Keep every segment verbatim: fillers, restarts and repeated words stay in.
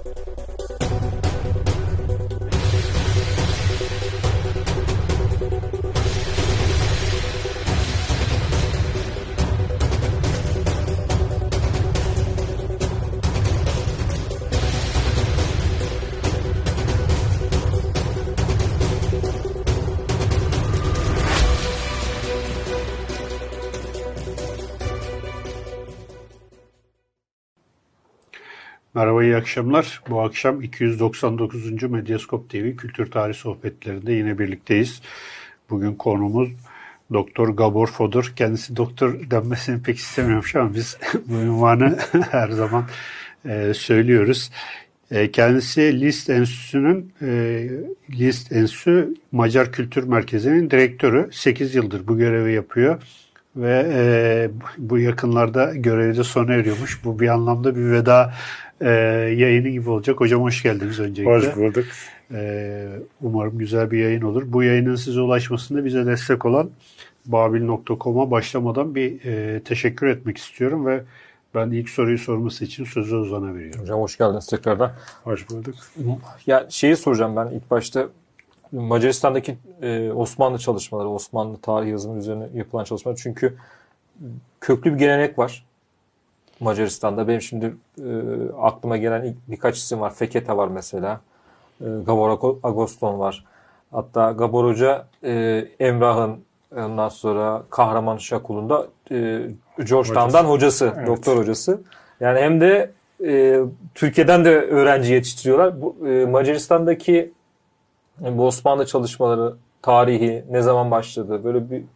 Merhaba, iyi akşamlar. Bu akşam iki yüz doksan dokuzuncu Medyaskop T V Kültür Tarih Sohbetlerinde yine birlikteyiz. Bugün konumuz Doktor Gabor Fodor. Kendisi doktor denmesini pek istemiyormuş ama biz bu ünvanı her zaman e, söylüyoruz. E, kendisi Liszt Enstitüsü'nün e, Liszt Enstitüsü Macar Kültür Merkezi'nin direktörü. sekiz yıldır bu görevi yapıyor. Ve e, bu yakınlarda görevi de sona eriyormuş. Bu bir anlamda bir veda e, yayını gibi olacak. Hocam hoş geldiniz öncelikle. Hoş bulduk. E, umarım güzel bir yayın olur. Bu yayının size ulaşmasında bize destek olan babil nokta com'a başlamadan bir e, teşekkür etmek istiyorum ve ben ilk soruyu sorması için sözü Ozan'a veriyorum. Hocam hoş geldiniz tekrardan. Hoş bulduk. Ya şeyi soracağım ben ilk başta. Macaristan'daki e, Osmanlı çalışmaları, Osmanlı tarih yazımı üzerine yapılan çalışmalar. Çünkü köklü bir gelenek var Macaristan'da. Benim şimdi e, aklıma gelen ilk birkaç isim var. Fekete var mesela. E, Gabor Agoston var. Hatta Gabor Hoca e, Emrah'ın ondan sonra Kahraman Şakul'unda e, Georgetown'dan hocası, evet. Doktor hocası. Yani hem de e, Türkiye'den de öğrenci yetiştiriyorlar. Bu e, Macaristan'daki bu Osmanlı çalışmaları, tarihi ne zaman başladı? Böyle bir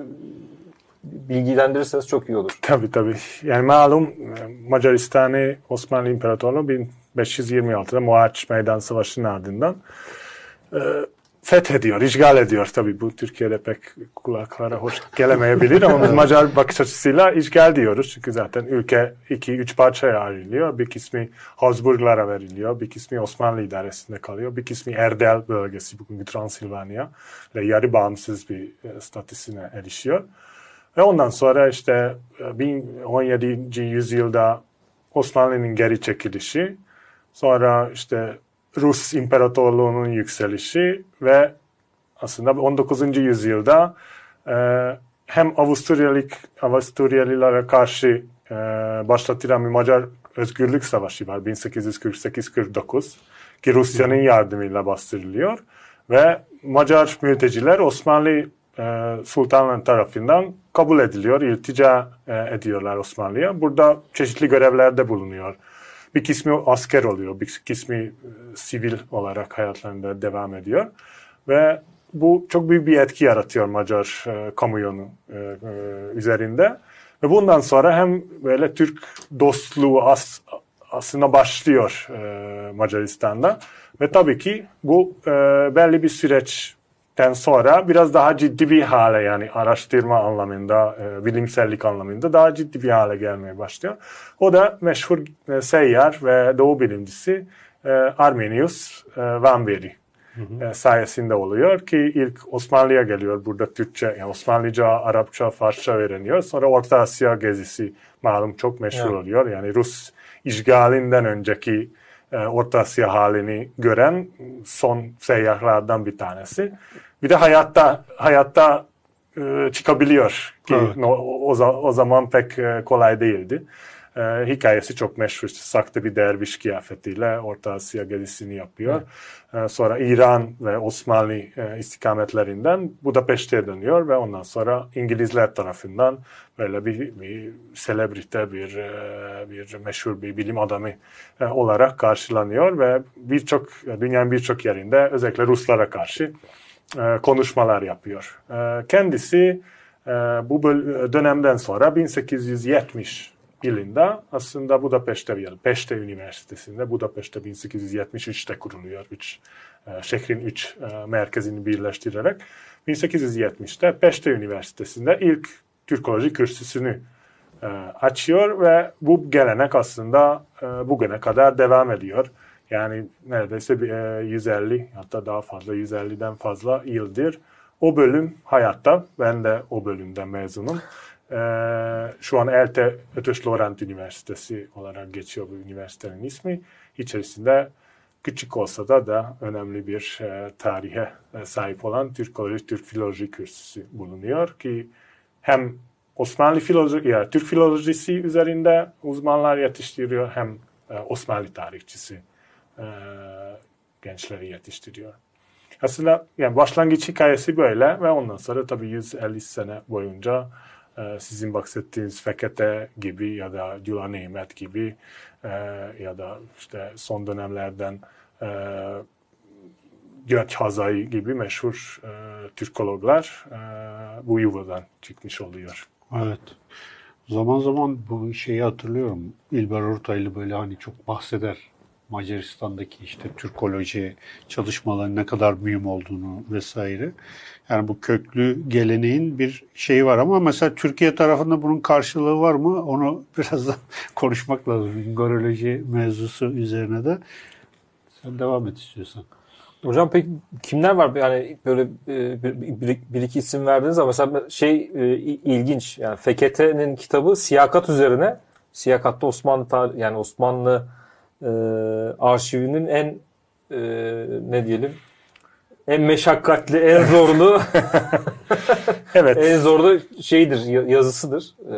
bilgilendirirseniz çok iyi olur. Tabii tabii. Yani malum Macaristan'ı Osmanlı İmparatorluğu bin beş yüz yirmi altıda Mohaç Meydan Savaşı'nın ardından e, fethediyor, işgal ediyor. Tabii bu Türkiye'de pek kulaklara hoş gelemeyebilir ama biz Macar bakış açısıyla işgal diyoruz. Çünkü zaten ülke iki üç parçaya ayrılıyor. Bir kısmı Habsburglara veriliyor, bir kısmı Osmanlı idaresinde kalıyor, bir kısmı Erdel bölgesi, bugünkü Transilvanya ve yarı bağımsız bir e, statüsüne erişiyor. Ve ondan sonra işte on yedinci yüzyılda Osmanlı'nın geri çekilişi, sonra işte Rus İmparatorluğu'nun yükselişi ve aslında on dokuzuncu yüzyılda e, hem Avusturyalık, Avusturyalılara karşı e, başlatılan bir Macar Özgürlük Savaşı var bin sekiz yüz kırk sekiz kırk dokuz ki Rusya'nın yardımıyla bastırılıyor ve Macar mülteciler Osmanlı e, Sultanlığı tarafından kabul ediliyor, iltica e, ediyorlar Osmanlı'ya. Burada çeşitli görevlerde bulunuyor. Bir kısmı asker oluyor, bir kısmı e, sivil olarak hayatlarında devam ediyor. Ve bu çok büyük bir etki yaratıyor Macar e, kamuoyunun e, e, üzerinde. Ve bundan sonra hem böyle Türk dostluğu as, aslında başlıyor e, Macaristan'da. Ve tabii ki bu e, belli bir süreçten sonra biraz daha ciddi bir hale, yani araştırma anlamında, e, bilimsellik anlamında daha ciddi bir hale gelmeye başlıyor. O da meşhur e, seyyar ve doğu bilimcisi e, Arminius e, Vambéry e, sayesinde oluyor ki ilk Osmanlı'ya geliyor. Burada Türkçe, yani Osmanlıca, Arapça, Farsça öğreniyor. Sonra Orta Asya gezisi malum çok meşhur evet. oluyor. Yani Rus işgalinden önceki e, Orta Asya halini gören son seyyahlardan bir tanesi. Bir de hayatta hayatta e, çıkabiliyor ki evet. o, o, o zaman pek e, kolay değildi. E, hikayesi çok meşhur. Saklı bir derviş kıyafetiyle Orta Asya gezisini yapıyor. E, sonra İran ve Osmanlı e, istikametlerinden Budapeşte'ye dönüyor ve ondan sonra İngilizler tarafından böyle bir, bir selebrite, bir, e, bir meşhur bir bilim adamı e, olarak karşılanıyor ve birçok dünyanın birçok yerinde özellikle Ruslara karşı e, konuşmalar yapıyor. E, kendisi e, bu dönemden sonra bin sekiz yüz yetmiş yılında aslında Budapeşte, yani Peşte Üniversitesi'nde, Budapeşte bin sekiz yüz yetmiş üçte kuruluyor. Üç, e, şehrin üç e, merkezini birleştirerek. bin sekiz yüz yetmişte Peşte Üniversitesi'nde ilk Türkoloji kürsüsünü e, açıyor ve bu gelenek aslında e, bugüne kadar devam ediyor. Yani neredeyse e, yüz elli, hatta daha fazla, yüz elliden fazla yıldır o bölüm hayatta. Ben de o bölümden mezunum. Ee, şu an Elte Ötös Lorent Üniversitesi olarak geçiyor bu üniversitenin ismi. içerisinde küçük olsa da da önemli bir e, tarihe e, sahip olan Türkoloji, Türk Filoloji Kürsüsü bulunuyor ki hem Osmanlı filoloji, yani Türk filolojisi üzerinde uzmanlar yetiştiriyor hem e, Osmanlı tarihçisi e, gençleri yetiştiriyor. Aslında yani başlangıç hikayesi böyle ve ondan sonra tabii yüz elli sene boyunca e, sizin bahsettiğiniz Fekete gibi ya da Güla Nimet gibi e, ya da işte son dönemlerden e, Göç Hazai gibi meşhur e, Türkologlar e, bu yuvadan çıkmış oluyor. Evet. Zaman zaman bu şeyi hatırlıyorum. İlber Ortaylı böyle hani çok bahseder. Macaristan'daki işte Türkoloji çalışmaların ne kadar mühim olduğunu vesaire. Yani bu köklü geleneğin bir şeyi var ama mesela Türkiye tarafında bunun karşılığı var mı? Onu biraz da konuşmak lazım. Goroloji mevzusu üzerine de. Sen devam et istiyorsan. Hocam peki kimler var? Yani böyle e, bir, bir, bir iki isim verdiniz ama mesela şey e, ilginç. Yani Fekete'nin kitabı siyakat üzerine. Siyakatta Osmanlı tarih, yani Osmanlı e, arşivinin en e, ne diyelim en meşakkatli, en zorlu Evet. en zorlu şeydir, yazısıdır. E,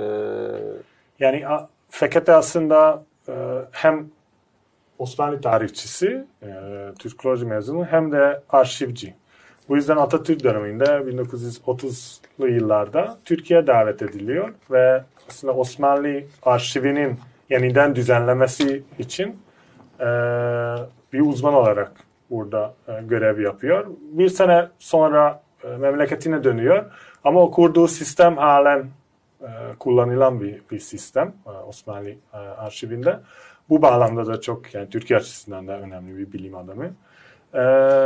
Yani Fekete aslında e, hem Osmanlı tarihçisi, e, Türkoloji mezunu hem de arşivci. Bu yüzden Atatürk döneminde bin dokuz yüz otuzlu yıllarda Türkiye davet ediliyor ve aslında Osmanlı arşivinin yeniden düzenlemesi için e, bir uzman olarak burada e, görev yapıyor. Bir sene sonra e, memleketine dönüyor ama o kurduğu sistem halen e, kullanılan bir, bir sistem e, Osmanlı e, arşivinde. Bu bağlamda da çok yani Türkiye açısından da önemli bir bilim adamı. E,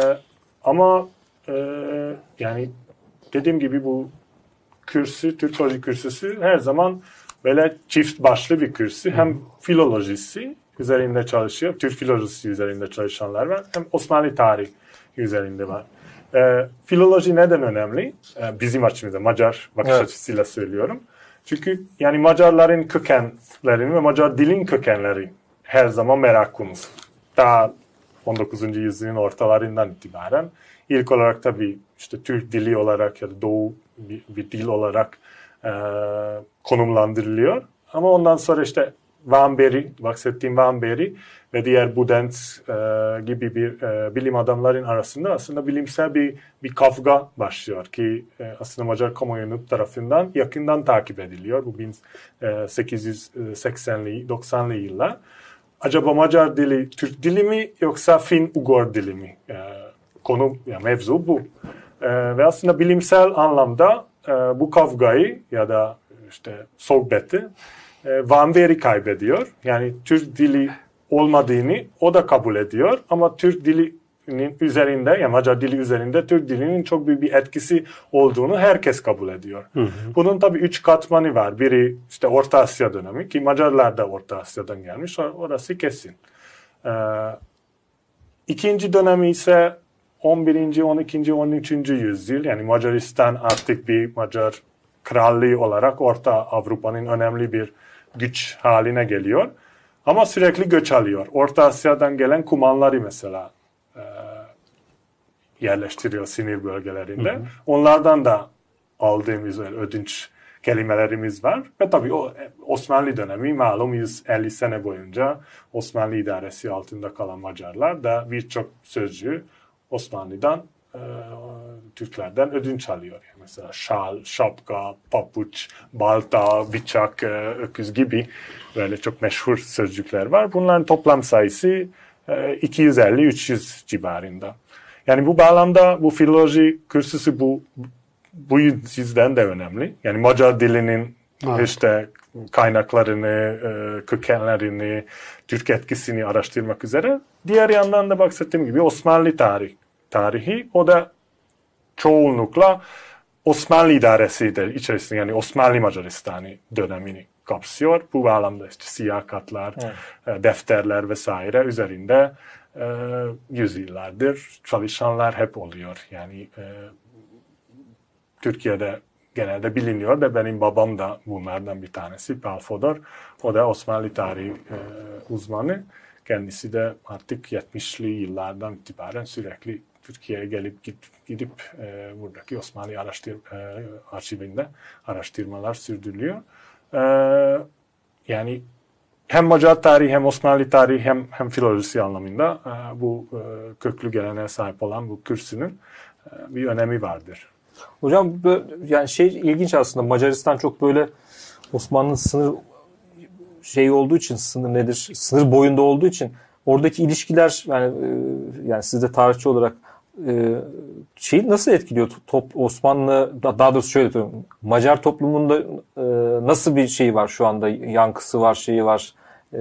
ama e, yani dediğim gibi bu kürsü, Türkoloji kürsüsü her zaman böyle çift başlı bir kürsü. Hem filolojisi üzerinde çalışıyor, Türk filolojisi üzerinde çalışanlar var. Hem Osmanlı tarihi üzerinde var. E, filoloji neden önemli? E, bizim açımızda, Macar bakış evet. açısıyla söylüyorum. Çünkü yani Macarların kökenlerini ve Macar dilin kökenleri her zaman merak konusu. Daha on dokuzuncu yüzyılın ortalarından itibaren ilk olarak tabii işte Türk dili olarak ya da Doğu bir, bir dil olarak e, konumlandırılıyor. Ama ondan sonra işte Van Beri, bahsettiğim Van Beri ve diğer Budens e, gibi bir e, bilim adamların arasında aslında bilimsel bir bir kavga başlıyor ki e, aslında Macar kamuoyu tarafından yakından takip ediliyor bu bin sekiz yüz seksenli doksanlı yıllar. Acaba Macar dili Türk dili mi yoksa Fin-Ugor dili mi? E, konu yani mevzu bu. E, ve aslında bilimsel anlamda e, bu kavgayı ya da işte sohbeti e, Van Beri kaybediyor. Yani Türk dili olmadığını o da kabul ediyor ama Türk dilinin üzerinde yani Macar dili üzerinde Türk dilinin çok büyük bir etkisi olduğunu herkes kabul ediyor. Hı hı. Bunun tabii üç katmanı var. Biri işte Orta Asya dönemi ki Macarlar da Orta Asya'dan gelmiş. Orası kesin. Ee, ikinci dönemi ise on birinci, on ikinci, on üçüncü yüzyıl yani Macaristan artık bir Macar krallığı olarak Orta Avrupa'nın önemli bir güç haline geliyor. Ama sürekli göç alıyor. Orta Asya'dan gelen kumanları mesela e, yerleştiriyor sinir bölgelerinde. Hı hı. Onlardan da aldığımız ödünç kelimelerimiz var. Ve tabii o Osmanlı dönemi malum yüz elli sene boyunca Osmanlı idaresi altında kalan Macarlar da birçok sözcüğü Osmanlı'dan e, Türklerden ödünç alıyor. Yani mesela şal, şapka, papuç, balta, bıçak, e, öküz gibi böyle çok meşhur sözcükler var. Bunların toplam sayısı e, iki yüz elli üç yüz civarında. Yani bu bağlamda bu filoloji kürsüsü bu bu yüzden de önemli. Yani Macar dilinin evet. işte kaynaklarını, e, kökenlerini, Türk etkisini araştırmak üzere. Diğer yandan da bahsettiğim gibi Osmanlı tarih, tarihi o da çoğunlukla Osmanlı idaresi de içerisinde yani Osmanlı Macaristan'ı dönemini kapsıyor. Bu bağlamda işte siyakatlar, evet. defterler vesaire üzerinde e, yüzyıllardır çalışanlar hep oluyor. Yani e, Türkiye'de genelde biliniyor da benim babam da bunlardan bir tanesi Pal Fodor. O da Osmanlı tarihi e, uzmanı. Kendisi de artık yetmişli yıllardan itibaren sürekli Türkiye'ye gelip gidip, gidip e, buradaki Osmanlı araştır, e, arşivinde araştırmalar sürdürülüyor. E, yani hem Macar tarihi hem Osmanlı tarihi hem hem filolojisi anlamında e, bu e, köklü geleneğe sahip olan bu kürsünün e, bir önemi vardır. Hocam böyle, yani şey ilginç aslında, Macaristan çok böyle Osmanlı sınır şey olduğu için, sınır nedir? Sınır boyunda olduğu için oradaki ilişkiler, yani e, yani siz de tarihçi olarak e, şeyi nasıl etkiliyor? Top Osmanlı, daha doğrusu şöyle diyorum, Macar toplumunda e, nasıl bir şey var şu anda? Yankısı var, şeyi var. E,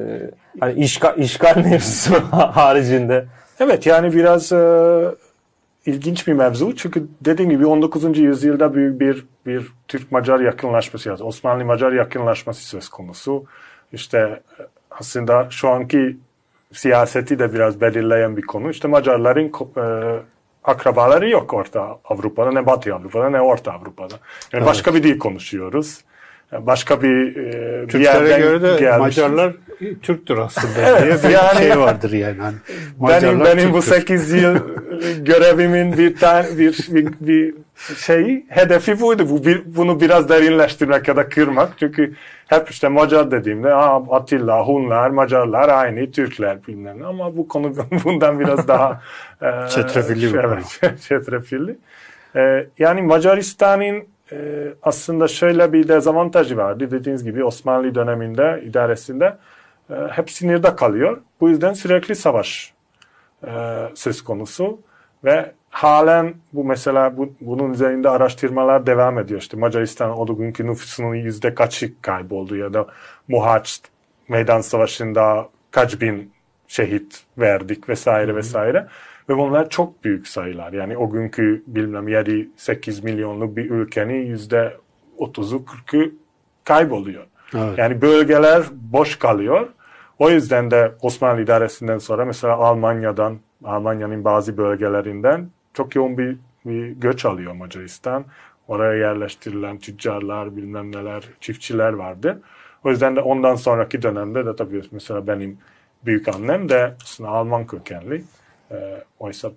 hani işgal, işgal mevzusu haricinde. Evet, yani biraz e, ilginç bir mevzu. Çünkü dediğim gibi on dokuzuncu yüzyılda büyük bir bir Türk-Macar yakınlaşması, yani Osmanlı-Macar yakınlaşması söz konusu. İşte aslında şu anki siyaseti de biraz belirleyen bir konu. İşte Macarların e, akrabaları yok Orta Avrupa'da, ne Batı Avrupa'da ne Orta Avrupa'da. Yani evet. Başka bir dil konuşuyoruz. Başka bir, e, bir Türklere göre de gelmiş. Macarlar Türktür aslında evet, diye bir yani, şey vardır yani. Hani benim benim bu sekiz yıl görevimin bir tane bir, bir, bir şey hedefi buydu. Bu bir, bunu biraz derinleştirmek ya da kırmak. Çünkü hep işte Macar dediğimde Atilla, Hunlar, Macarlar aynı, Türkler bilmem ne. Ama bu konu bundan biraz daha e, çetrefilli bir evet, çetrefilli. E, yani Macaristan'ın Ee, aslında şöyle bir dezavantajı vardı. Dediğiniz gibi Osmanlı döneminde, idaresinde e, hep sınırda kalıyor. Bu yüzden sürekli savaş e, söz konusu ve halen bu mesela bu, bunun üzerinde araştırmalar devam ediyor. İşte Macaristan o günkü nüfusunun yüzde kaçı kayboldu ya da Mohaç Meydan Savaşı'nda kaç bin şehit verdik vesaire vesaire. Ve bunlar çok büyük sayılar. Yani o günkü bilmem yedi sekiz milyonluk bir ülkenin yüzde otuzu kırkı kayboluyor. Evet. Yani bölgeler boş kalıyor. O yüzden de Osmanlı idaresinden sonra mesela Almanya'dan, Almanya'nın bazı bölgelerinden çok yoğun bir, bir göç alıyor Macaristan. Oraya yerleştirilen tüccarlar, bilmem neler, çiftçiler vardı. O yüzden de ondan sonraki dönemde de tabii mesela benim büyük annem de aslında Alman kökenli. E, oysa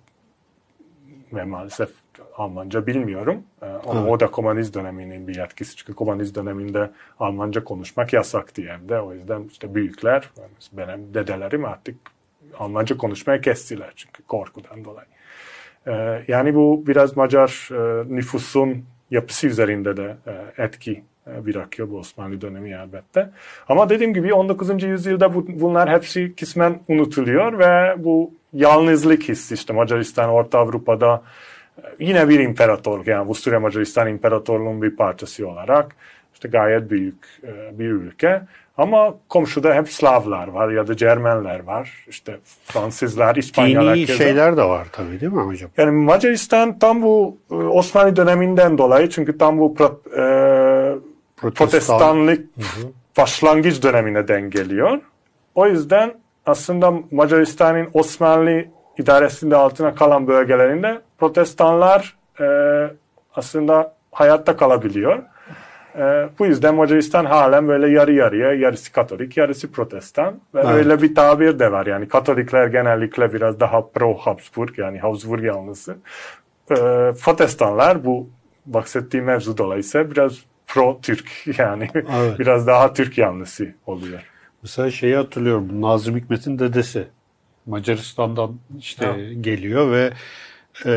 ve maalesef Almanca bilmiyorum. E, ama evet. O da komünist döneminin bir etkisi. Çünkü komünist döneminde Almanca konuşmak yasaktı evde. O yüzden işte büyükler, benim dedelerim artık Almanca konuşmaya kestiler. Çünkü korkudan dolayı. E, yani bu biraz Macar e, nüfusun yapısı üzerinde de e, etki e, bırakıyor bu Osmanlı dönemi elbette. Ama dediğim gibi on dokuzuncu yüzyılda bu, bunlar hepsi kısmen unutuluyor ve bu yalnızlık hissi işte Macaristan Orta Avrupa'da yine bir imparatorluk, yani Avusturya Macaristan İmparatorluğu'nun bir parçası olarak işte gayet büyük bir ülke. Ama komşuda hep Slavlar var ya da Cermenler var. İşte Fransızlar, İspanyollar. Dini şeyler de var tabii değil mi hocam? Yani Macaristan tam bu Osmanlı döneminden dolayı, çünkü tam bu pro, e, Protestan. protestanlık hı hı. başlangıç dönemine denk geliyor. O yüzden aslında Macaristan'ın Osmanlı idaresinde altına kalan bölgelerinde protestanlar e, aslında hayatta kalabiliyor. E, bu yüzden Macaristan halen böyle yarı yarıya, yarısı Katolik, yarısı Protestan. Ve evet. Öyle bir tabir de var. Yani Katolikler genellikle biraz daha pro-Habsburg, yani Habsburg yanlısı. E, protestanlar bu bahsettiğim mevzu dolayısıyla biraz pro-Türk, yani evet. biraz daha Türk yanlısı oluyor. Mesela şeyi hatırlıyorum, Nazım Hikmet'in dedesi Macaristan'dan işte evet. geliyor ve e,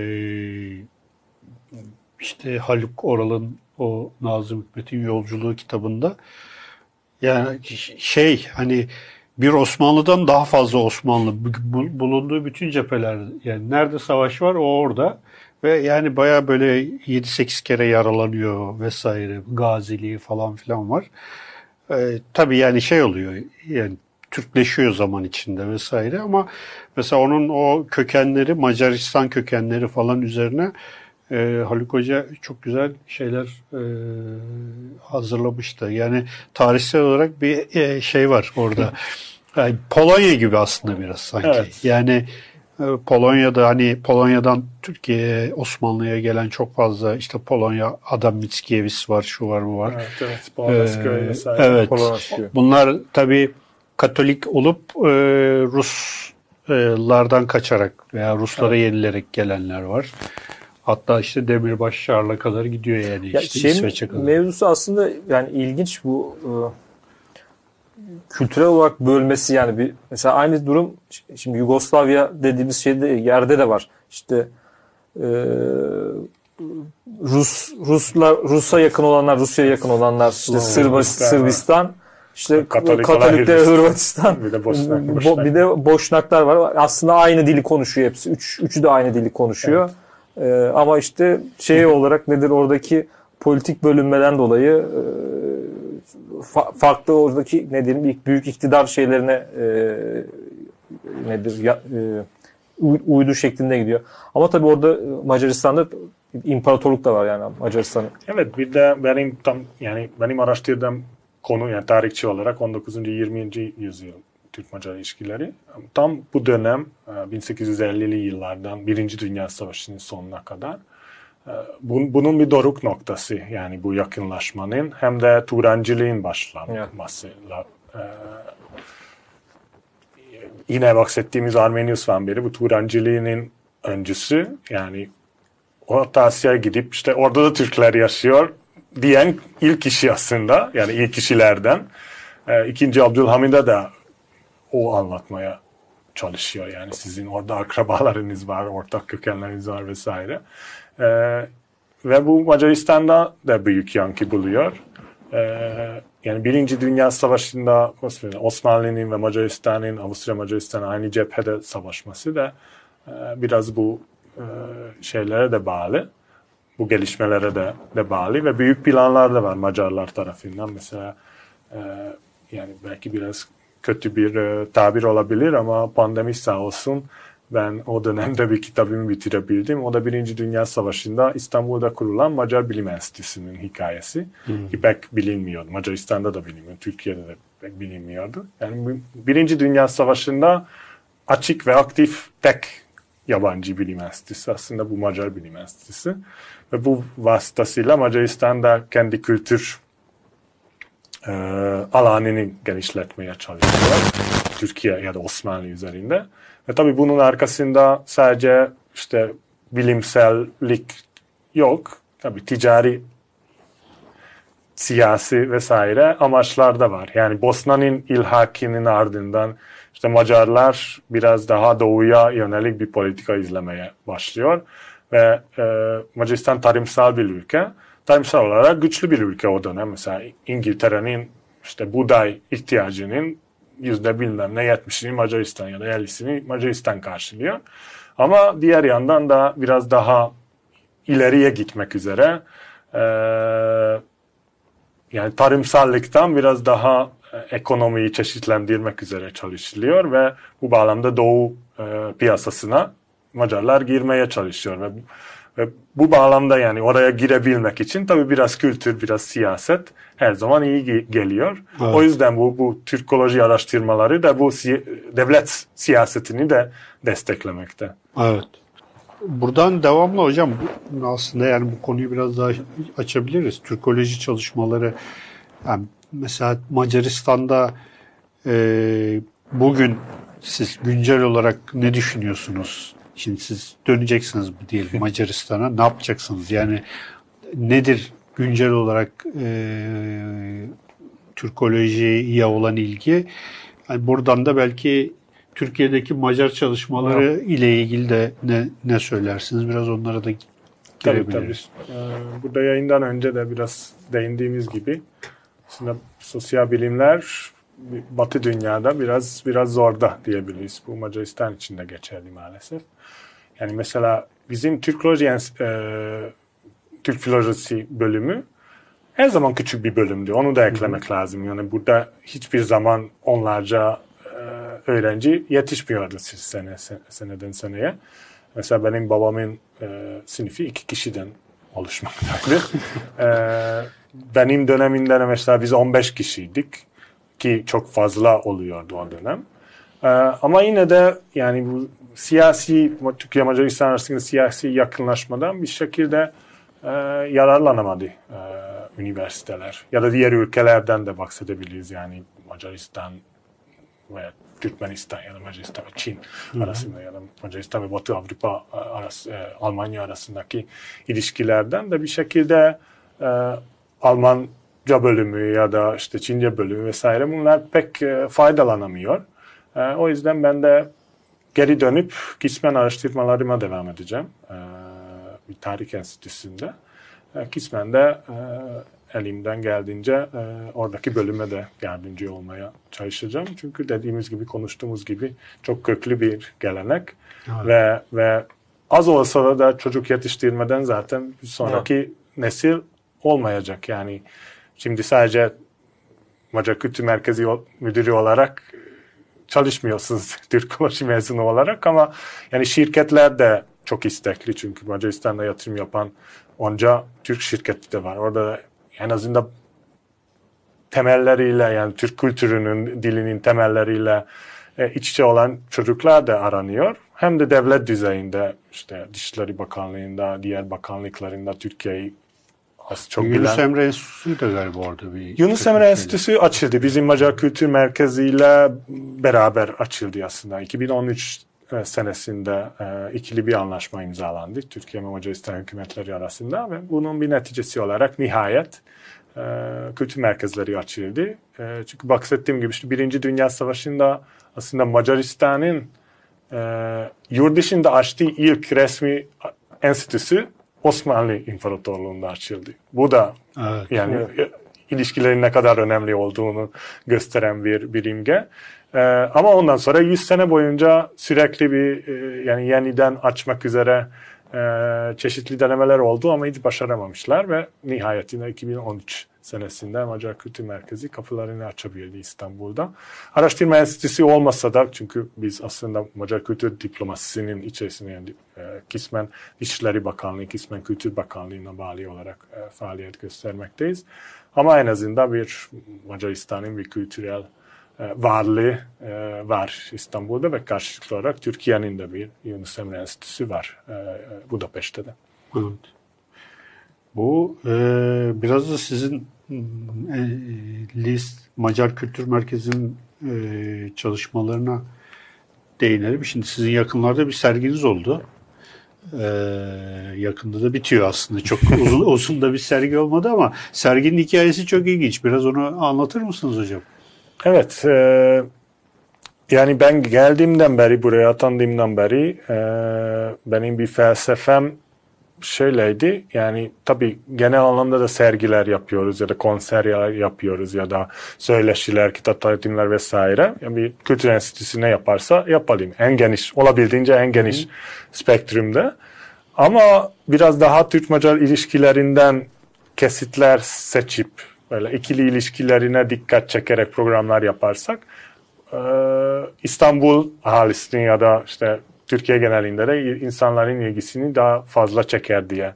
işte Haluk Oral'ın o Nazım Hikmet'in Yolculuğu kitabında yani şey hani bir Osmanlı'dan daha fazla Osmanlı bulunduğu bütün cepheler, yani nerede savaş var o orada ve yani baya böyle yedi sekiz kere yaralanıyor vesaire, gaziliği falan filan var. Ee, tabii yani şey oluyor, yani Türkleşiyor zaman içinde vesaire, ama mesela onun o kökenleri, Macaristan kökenleri falan üzerine e, Haluk Hoca çok güzel şeyler e, hazırlamıştı. Yani tarihsel olarak bir e, şey var orada. Yani Polonya gibi aslında biraz sanki. Evet. Yani e, Polonya'da hani Polonya'dan Türkiye'ye, Osmanlı'ya gelen çok fazla işte Polonya, Adam Mickiewicz var, şu var, bu var. Evet, evet. Polonezköy vesaire. Evet. Bunlar tabii Katolik olup e, Ruslardan kaçarak veya Ruslara Evet. yenilerek gelenler var. Hatta işte Demirbaş Şarl'a kadar gidiyor yani Ya işte şeyin İsveç'e kadar. mevzusu aslında yani ilginç bu e, kültürel olarak bölmesi yani bir mesela aynı durum şimdi Yugoslavya dediğimiz şeyde yerde de var. İşte e, Rus Ruslar Rus'a yakın olanlar, Rusya'ya yakın olanlar, işte Sırba, Sırbistan, işte Katolik Katolikler Hırvatistan. Hırvatistan, Bir de Boşnak, bo- Boşnak. bir de Boşnaklar var. Aslında aynı dili konuşuyor hepsi. Üç, üçü de aynı dili konuşuyor. Ee, ama işte şey olarak nedir oradaki politik bölünmeden dolayı e, fa- farklı oradaki ne diyelim ilk büyük iktidar şeylerine e, nedir ya, e, uy- uydu şeklinde gidiyor. Ama tabii orada Macaristan'da imparatorluk da var yani Macaristan'ın. Evet, bir de benim tam yani benim araştırdığım konu yani tarihçi olarak on dokuzuncu yirminci yüzyıl Türk-Macar ilişkileri. Tam bu dönem bin sekiz yüz ellili yıllardan Birinci Dünya Savaşı'nın sonuna kadar bunun bir doruk noktası yani bu yakınlaşmanın hem de Turancılığın başlamasıyla. Evet. Yine bahsettiğimiz Armenius'tan beri bu Turancılığın öncüsü yani Orta Asya'ya gidip işte orada da Türkler yaşıyor diyen ilk kişi aslında. Yani ilk kişilerden. E, İkinci Abdülhamid'e de o anlatmaya çalışıyor. Yani sizin orada akrabalarınız var, ortak kökenleriniz var vesaire. E, ve bu Macaristan'da da büyük yankı buluyor. E, yani Birinci Dünya Savaşı'nda Osmanlı'nın ve Macaristan'ın, Avusturya Macaristan'ın aynı cephede savaşması da e, biraz bu şeylere de bağlı. Bu gelişmelere de, de bağlı ve büyük planlar da var Macarlar tarafından. Mesela e, yani belki biraz kötü bir e, tabir olabilir ama pandemi sağ olsun ben o dönemde bir kitabımı bitirebildim. O da Birinci Dünya Savaşı'nda İstanbul'da kurulan Macar Bilim Enstitüsü'nün hikayesi. Hmm. Ki pek bilinmiyordu. Macaristan'da da bilinmiyordu. Türkiye'de de pek bilinmiyordu. Yani Birinci Dünya Savaşı'nda açık ve aktif tek yabancı bilim enstitüsü aslında bu Macar Bilim Enstitüsü ve bu vasıtasıyla Macaristan'da kendi kültür e, alanını genişletmeye çalışıyor Türkiye ya da Osmanlı üzerinde ve tabii bunun arkasında sadece işte bilimsellik yok tabii ticari siyasi vesaire amaçlar da var yani Bosna'nın ilhakinin ardından İşte Macarlar biraz daha doğuya yönelik bir politika izlemeye başlıyor ve e, Macaristan tarımsal bir ülke. Tarımsal olarak güçlü bir ülke o dönem. Mesela İngiltere'nin işte buğday ihtiyacının yüzde bilmem ne yetmişini Macaristan ya da ellisini Macaristan karşılıyor. Ama diğer yandan da biraz daha ileriye gitmek üzere e, yani tarımsallıktan biraz daha ekonomiyi çeşitlendirmek üzere çalışılıyor ve bu bağlamda Doğu e, piyasasına Macarlar girmeye çalışıyor ve, ve bu bağlamda yani oraya girebilmek için tabii biraz kültür, biraz siyaset her zaman iyi ge- geliyor. Evet. O yüzden bu bu Türkoloji araştırmaları da bu si- devlet siyasetini de desteklemekte. Evet. Buradan devamlı hocam aslında yani bu konuyu biraz daha açabiliriz. Türkoloji çalışmaları yani mesela Macaristan'da e, bugün siz güncel olarak ne düşünüyorsunuz? Şimdi siz döneceksiniz bu diyelim Macaristan'a. Ne yapacaksınız? Yani nedir güncel olarak e, Türkolojiye olan ilgi? Yani buradan da belki Türkiye'deki Macar çalışmaları evet. ile ilgili de ne, ne söylersiniz? Biraz onlara da girebiliriz. Tabii, tabii. Ee, burada yayından önce de biraz değindiğimiz gibi aslında sosyal bilimler Batı dünyada biraz biraz zorda diyebiliriz. Bu Macaristan için de geçerli maalesef. Yani mesela bizim Türkoloji, e, Türk filolojisi bölümü her zaman küçük bir bölümdü. Onu da eklemek Hı-hı. lazım. Yani burada hiçbir zaman onlarca e, öğrenci yetişmiyordu sene, seneden seneye. Mesela benim babamın e, sınıfı iki kişiden oluşmaktaydı. e, benim döneminde mesela biz on beş kişiydik ki çok fazla oluyordu o dönem. E, ama yine de yani bu siyasi Türkiye Macaristan arasında siyasi yakınlaşmadan bir şekilde e, yararlanamadı e, üniversiteler ya da diğer ülkelerden de bahsedebiliriz yani Macaristan veya Türkmenistan ya da Macaristan ve Çin Hı-hı. arasında ya da Macaristan ve Batı Avrupa arası, e, Almanya arasındaki ilişkilerden de bir şekilde e, Almanca bölümü ya da işte Çince bölümü vesaire bunlar pek e, faydalanamıyor. E, o yüzden ben de geri dönüp kısmen araştırmalarıma devam edeceğim. E, bir tarih enstitüsünde. E, kısmen de e, elimden geldiğince e, oradaki bölüme de yardımcı olmaya çalışacağım. Çünkü dediğimiz gibi, konuştuğumuz gibi çok köklü bir gelenek. Evet. Ve ve az olsa da çocuk yetiştirmeden zaten sonraki evet. nesil olmayacak. Yani şimdi sadece Macar Kültür Merkezi müdürü olarak çalışmıyorsunuz Türkoloji mezunu olarak ama yani şirketler de çok istekli çünkü Macaristan'da yatırım yapan onca Türk şirketi de var. Orada en azından temelleriyle yani Türk kültürünün, dilinin temelleriyle e, iç içe olan çocuklar da aranıyor. Hem de devlet düzeyinde işte Dışişleri Bakanlığı'nda, diğer bakanlıklarında Türkiye'yi az çok bilen. Yunus Emre Enstitüsü de galiba orada bir. Yunus Emre Enstitüsü açıldı. Bizim Macar Kültür Merkezi ile beraber açıldı aslında. iki bin on üç senesinde e, ikili bir anlaşma imzalandı Türkiye ve Macaristan hükümetleri arasında ve bunun bir neticesi olarak nihayet e, kültür merkezleri açıldı. E, çünkü bahsettiğim gibi işte Birinci Dünya Savaşı'nda aslında Macaristan'ın e, yurt dışında açtığı ilk resmi enstitüsü Osmanlı İmparatorluğu'nda açıldı. Bu da evet, yani evet. ilişkilerin ne kadar önemli olduğunu gösteren bir, bir imge. Ee, ama ondan sonra yüz sene boyunca sürekli bir e, yani yeniden açmak üzere e, çeşitli denemeler oldu ama hiç başaramamışlar ve nihayetinde iki bin on üç senesinde Macar Kültür Merkezi kapılarını açabildi İstanbul'da. Araştırma enstitüsü olmasa da çünkü biz aslında Macar Kültür Diplomasisi'nin içerisinde yani, e, kısmen İçişleri Bakanlığı, kısmen Kültür Bakanlığı'na bağlı olarak e, faaliyet göstermekteyiz. Ama en azından bir Macaristan'ın bir kültürel varlığı e, var İstanbul'da ve karşılıklı olarak Türkiye'nin de bir Yunus Emre Enstitüsü var e, Budapeşte de. Evet. Bu e, biraz da sizin e, list Macar Kültür Merkezi'nin e, çalışmalarına değinelim. Şimdi sizin yakınlarda bir serginiz oldu. E, yakında da bitiyor aslında. Çok uzun, uzun da bir sergi olmadı ama serginin hikayesi çok ilginç. Biraz onu anlatır mısınız hocam? Evet, e, yani ben geldiğimden beri, buraya atandığımdan beri e, benim bir felsefem şöyleydi. Yani tabii genel anlamda da sergiler yapıyoruz ya da konserler yapıyoruz ya da söyleşiler, kitap tanıtımlar vesaire. Yani bir kültür enstitüsü ne yaparsa yapalım. En geniş, olabildiğince en geniş Hı. spektrumda. Ama biraz daha Türk-Macar ilişkilerinden kesitler seçip böyle ikili ilişkilerine dikkat çekerek programlar yaparsak İstanbul ahalisinin ya da işte Türkiye genelinde de insanların ilgisini daha fazla çeker diye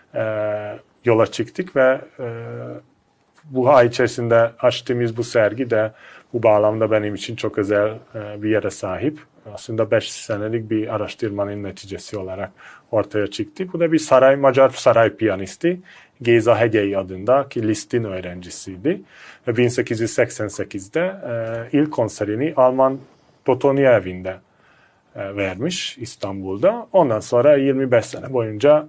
yola çıktık ve bu ay içerisinde açtığımız bu sergi de bu bağlamda benim için çok özel bir yere sahip. Aslında beş senelik bir araştırmanın neticesi olarak ortaya çıktı. Bu da bir saray, Macar saray piyanisti. Géza Hegyi adında ki Liszt'in öğrencisiydi. Ve bin sekiz yüz seksen sekizde e, ilk konserini Alman Totonia evinde e, vermiş İstanbul'da. Ondan sonra yirmi beş sene boyunca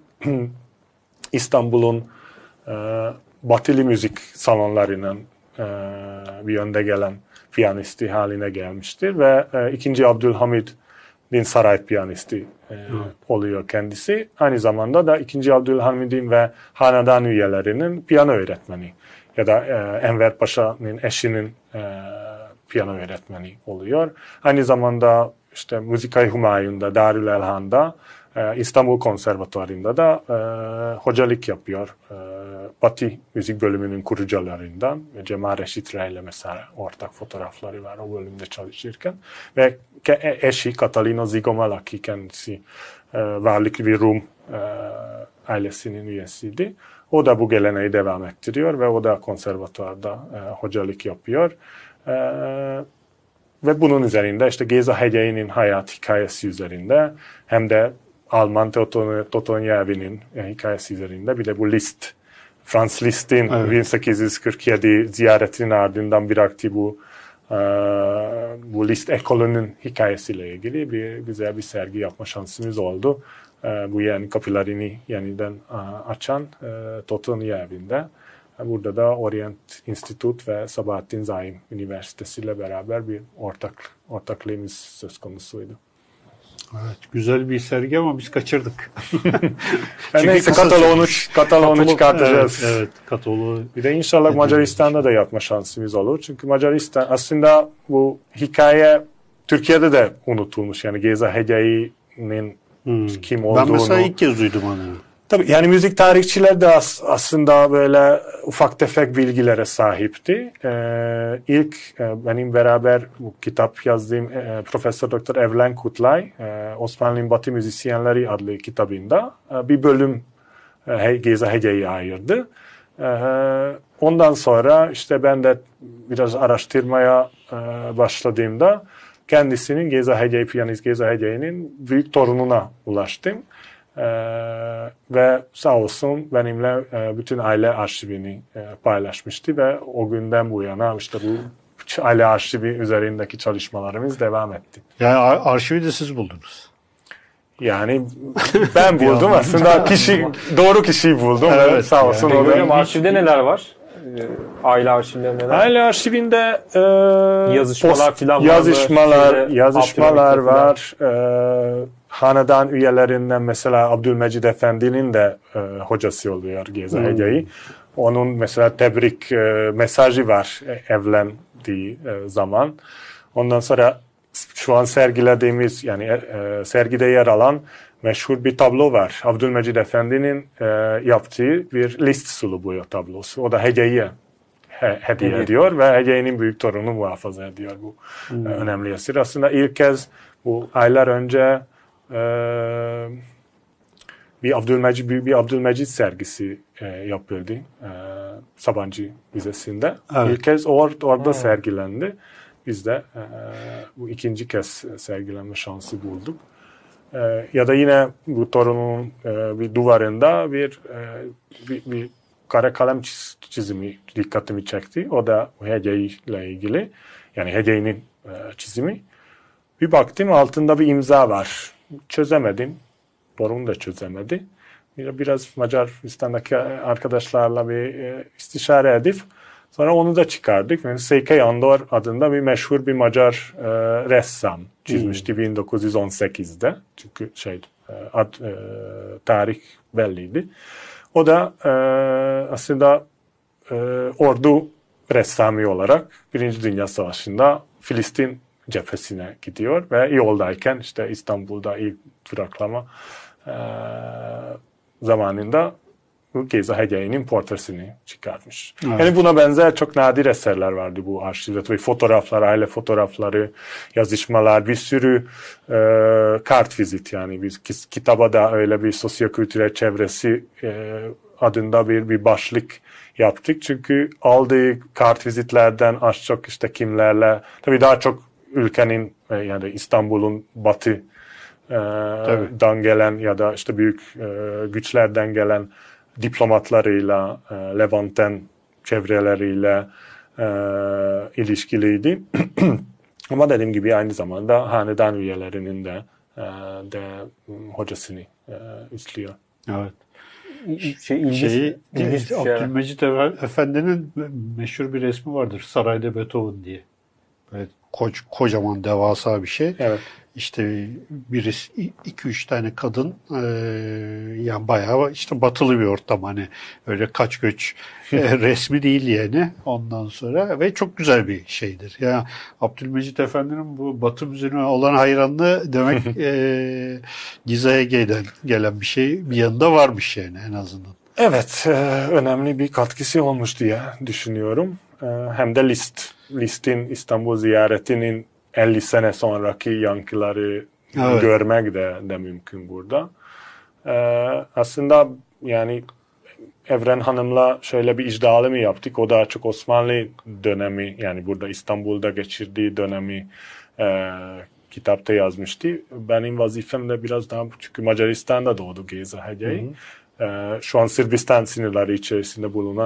İstanbul'un e, batılı müzik salonlarının e, bir önde gelen piyanisti haline gelmiştir. Ve e, ikinci Abdülhamid'in saray piyanisti e, oluyor kendisi. Aynı zamanda da ikinci Abdülhamid'in ve hanedan üyelerinin piyano öğretmeni ya da e, Enver Paşa'nın eşinin e, piyano öğretmeni oluyor. Aynı zamanda işte Müzik-i Humayun'da, Darül Elhan'da, e, İstanbul Konservatuvarı'nda da e, hocalık yapıyor. E, Batı müzik bölümünün kurucularından ve Cemal Reşit Rey ile mesela ortak fotoğrafları var o bölümde çalışırken. Ve eşi Catalino Zigomalaki kendisi e, varlıklı bir Rum e, ailesinin üyesiydi. O da bu geleneği devam ettiriyor ve o da konservatuvarda e, hocalık yapıyor. E, ve bunun üzerinde işte Géza Hegyi'nin hayat hikayesi üzerinde hem de Alman Totonia evinin e, hikayesi üzerinde bir de bu Liszt, Franz Liszt'in evet. bin sekiz yüz kırk yedi ziyaretinin ardından bıraktığı bu Ee, bu Liszt ekolünün hikayesiyle ilgili bir güzel bir sergi yapma şansımız oldu. Ee, bu yeni kapılarını yeniden a, açan e, Totoni evinde. Burada da Orient Institut ve Sabahattin Zaim Üniversitesi ile beraber bir ortak ortaklığımız söz konusuydu. Evet, güzel bir sergi ama biz kaçırdık. Çünkü neyse kataloğunu, kataloğunu çıkartacağız. Evet, evet, kataloğu. Bir de inşallah Macaristan'da da yapma şansımız olur. Çünkü Macaristan aslında bu hikaye Türkiye'de de unutulmuş. Yani Geza Hegeyi'nin hmm. kim olduğunu. Ben mesela ilk kez duydum onu. Tabii yani müzik tarihçiler de as- aslında böyle ufak tefek bilgilere sahipti. Ee, ilk e, benim beraber bu kitap yazdığım e, Profesör Doktor Evlen Kutlay, e, Osmanlı'nın Batı Müzisyenleri adlı kitabında e, bir bölüm e, Geza Hegeyi'ye ayırdı. E, ondan sonra işte ben de biraz araştırmaya e, başladığımda kendisinin Geza Hegeyi, piyanist Geza Hegeyi'nin büyük torununa ulaştım. Ee, ve sağ olsun benimle e, bütün aile arşivini e, paylaşmıştı ve o günden bu yana işte bu aile arşivi üzerindeki çalışmalarımız devam etti. Yani ar- arşivi de siz buldunuz. Yani ben buldum aslında kişi doğru kişiyi buldum. Evet, ve sağ olsun. Yani. Hocam arşivde neler var? Aile arşivlerinde neler? Aile arşivinde e, yazışmalar filan var. Yazışmalar, şeyde, yazışmalar var. E, hanedan üyelerinden mesela Abdülmecid Efendi'nin de e, hocası oluyor Geza hmm. Hegeyi. Onun mesela tebrik e, mesajı var e, evlendiği e, zaman. Ondan sonra şu an sergilediğimiz yani e, sergide yer alan meşhur bir tablo var. Abdülmecid Efendi'nin e, yaptığı bir Liszt sulubu tablosu. O da Hegeyi'ye he, hediye hmm. ediyor ve Hegeyi'nin büyük torunu muhafaza ediyor bu hmm. e, önemli eser. Aslında ilk kez bu aylar önce Ee, bir Abdülmecid bir, bir Abdülmecid sergisi e, yapıldı e, Sabancı Müzesi'nde. Evet. İlk kez or, orada evet. sergilendi. Biz de e, bu ikinci kez sergilenme şansı bulduk. E, ya da yine bu torunun e, bir duvarında bir, e, bir, bir kara kalem çiz, çizimi dikkatimi çekti. O da Hegeyi ile ilgili. Yani Hegeyi'nin e, çizimi. Bir baktım altında bir imza var. Çözemedim. Torun da çözemedi. Biraz Macaristan'daki arkadaşlarla bir istişare edip sonra onu da çıkardık. Yani Seikei Andor adında bir meşhur bir Macar e, ressam çizmişti hmm. bin dokuz yüz on sekizde. Çünkü şey ad, e, tarih belliydi. O da e, aslında e, ordu ressamı olarak Birinci Dünya Savaşı'nda Filistin cephesine gidiyor ve yoldayken işte İstanbul'da ilk duraklama e, zamanında Geza Hegeyi'nin portresini çıkartmış. Evet. Yani buna benzer çok nadir eserler vardı bu arşivde. Tabii fotoğraflar, aile fotoğrafları, yazışmalar, bir sürü e, kartvizit yani biz kitaba da öyle bir sosyokültürel çevresi e, adında bir bir başlık yaptık. Çünkü aldığı kartvizitlerden az çok işte kimlerle, tabii daha çok ülkenin yani İstanbul'un batı e, dan gelen ya da işte büyük e, güçlerden gelen diplomatlarıyla, e, Levanten çevreleriyle e, ilişkiliydi. Ama dediğim gibi aynı zamanda hanedan üyelerinin de, e, de hocasını e, üstlüyor. Evet. Şey, ilginç, Şeyi, ilginç şey Abdülmecid Efendi'nin meşhur bir resmi vardır. Sarayda Beethoven diye. Böyle koç, kocaman devasa bir şey. Evet. İşte birisi iki üç tane kadın e, yani bayağı işte batılı bir ortam hani öyle kaç göç e, resmi değil yani ondan sonra ve çok güzel bir şeydir. Yani Abdülmecid Efendi'nin bu Batı müziğine olan hayranlığı demek e, Geza Hegeyi'den gelen bir şey bir yanında varmış yani en azından. Evet, e, önemli bir katkısı olmuş diye düşünüyorum. E, hem de Liszt, Liszt'in İstanbul ziyaretinin elli sene sonraki yankıları evet. görmek de, de mümkün burada. Ee, aslında yani Evren Hanım'la şöyle bir icdalı mı yaptık? O daha çok Osmanlı dönemi yani burada İstanbul'da geçirdiği dönemi e, kitapta yazmıştı. Benim vazifem de biraz daha çünkü Macaristan'da doğdu Geza Hegeyi. Ee, şu an Sırbistan sınırları içerisinde bulunan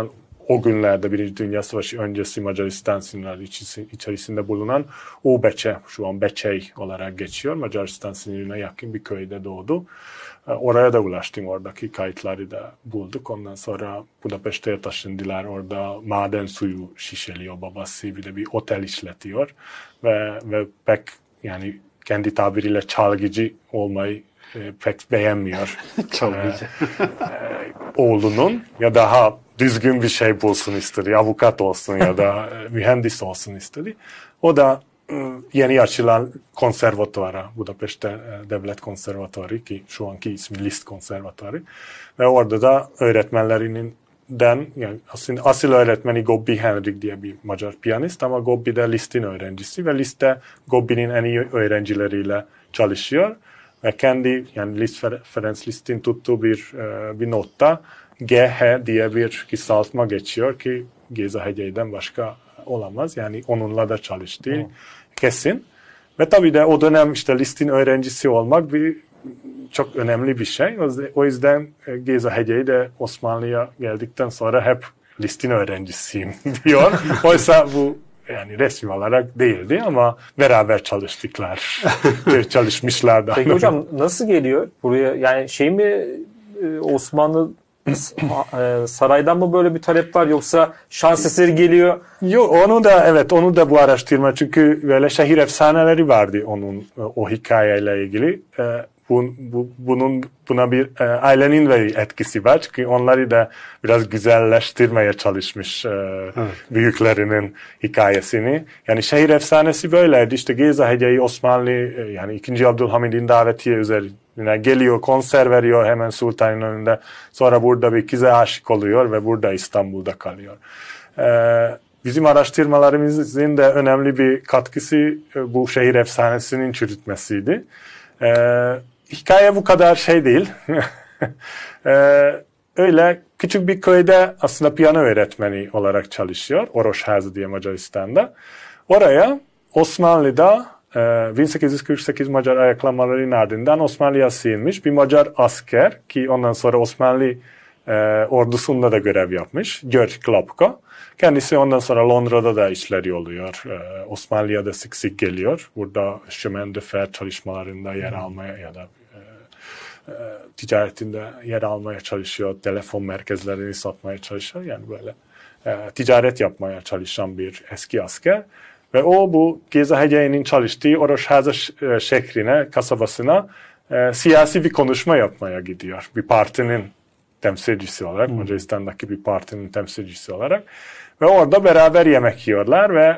o günlerde Birinci Dünya Savaşı öncesi Macaristan sınırları içerisinde bulunan Óbece, şu an Beçey olarak geçiyor. Macaristan sınırına yakın bir köyde doğdu. Oraya da ulaştım. Oradaki kayıtları da bulduk. Ondan sonra Budapeşte'ye taşındılar. Orada maden suyu şişeliyor babası. Bir de bir otel işletiyor. Ve, ve pek yani kendi tabiriyle çalgıcı olmayı e, pek beğenmiyor. Çalgıcı. e, e, oğlunun ya daha düzgün bir şey bulsun istedi. Avukat olsun ya da mühendis olsun istedi. O da yeni açılan konservatuvara, Budapeşte Devlet Konservatuarı ki şu anki ismi Liszt Konservatuarı ve orada da öğretmenlerinden yani aslında asıl öğretmeni Gobbi Henrik diye bir Macar piyanist ama Gobbi de Liszt'in öğrencisi ve Liszt de Gobbi'nin en iyi öğrencileriyle çalışıyor ve kendi yani Liszt Ferenc Liszt'in tuttuğu bir bir notta G H diye bir kısaltma geçiyor ki Géza Hegyei'den başka olamaz. Yani onunla da çalıştığı hmm. kesin. Ve tabii de o dönem işte Liszt'in öğrencisi olmak bir çok önemli bir şey. O yüzden Géza Hegyei de Osmanlı'ya geldikten sonra hep Liszt'in öğrencisiyim diyor. Oysa bu yani resmi olarak değildi ama beraber çalıştıklar. Çalışmışlar da. Peki hocam nasıl geliyor buraya? Yani şey mi Osmanlı saraydan mı böyle bir talep var yoksa şans eseri geliyor? Yok onu da evet onu da bu araştırma çünkü böyle şehir efsaneleri vardı onun o hikayeyle ilgili. Bu, bu, bunun buna bir e, ailenin de etkisi var çünkü onları da biraz güzelleştirmeye çalışmış e, evet. büyüklerinin hikayesini. Yani şehir efsanesi böyleydi. İşte Géza Hegyei Osmanlı e, yani ikinci. Abdülhamid'in davetiye üzerine geliyor, konser veriyor hemen sultanın önünde. Sonra burada bir kıza aşık oluyor ve burada İstanbul'da kalıyor. E, bizim araştırmalarımızın da önemli bir katkısı e, bu şehir efsanesinin çürütmesiydi. Eee Hikaye bu kadar şey değil. ee, öyle küçük bir köyde aslında piyano öğretmeni olarak çalışıyor. Orosházy diye Macaristan'da. Oraya Osmanlı'da e, bin sekiz yüz kırk sekiz Macar ayaklamalarının ardından Osmanlı'ya sığınmış bir Macar asker ki ondan sonra Osmanlı e, ordusunda da görev yapmış. György Klapka. Kendisi ondan sonra Londra'da da işleri oluyor. Ee, Osmanlı'ya da sık sık geliyor. Burada chemin de fer çalışmalarında yer almaya ya da e, e, ticaretinde yer almaya çalışıyor. Telefon merkezlerini satmaya çalışıyor. Yani böyle e, ticaret yapmaya çalışan bir eski asker. Ve o bu Géza Hegyei'nin çalıştığı Orosházy şehrine, kasabasına e, siyasi bir konuşma yapmaya gidiyor. Bir partinin temsilcisi olarak, hmm. Macaristan'daki bir partinin temsilcisi olarak. Ve orada beraber yemek yiyorlar ve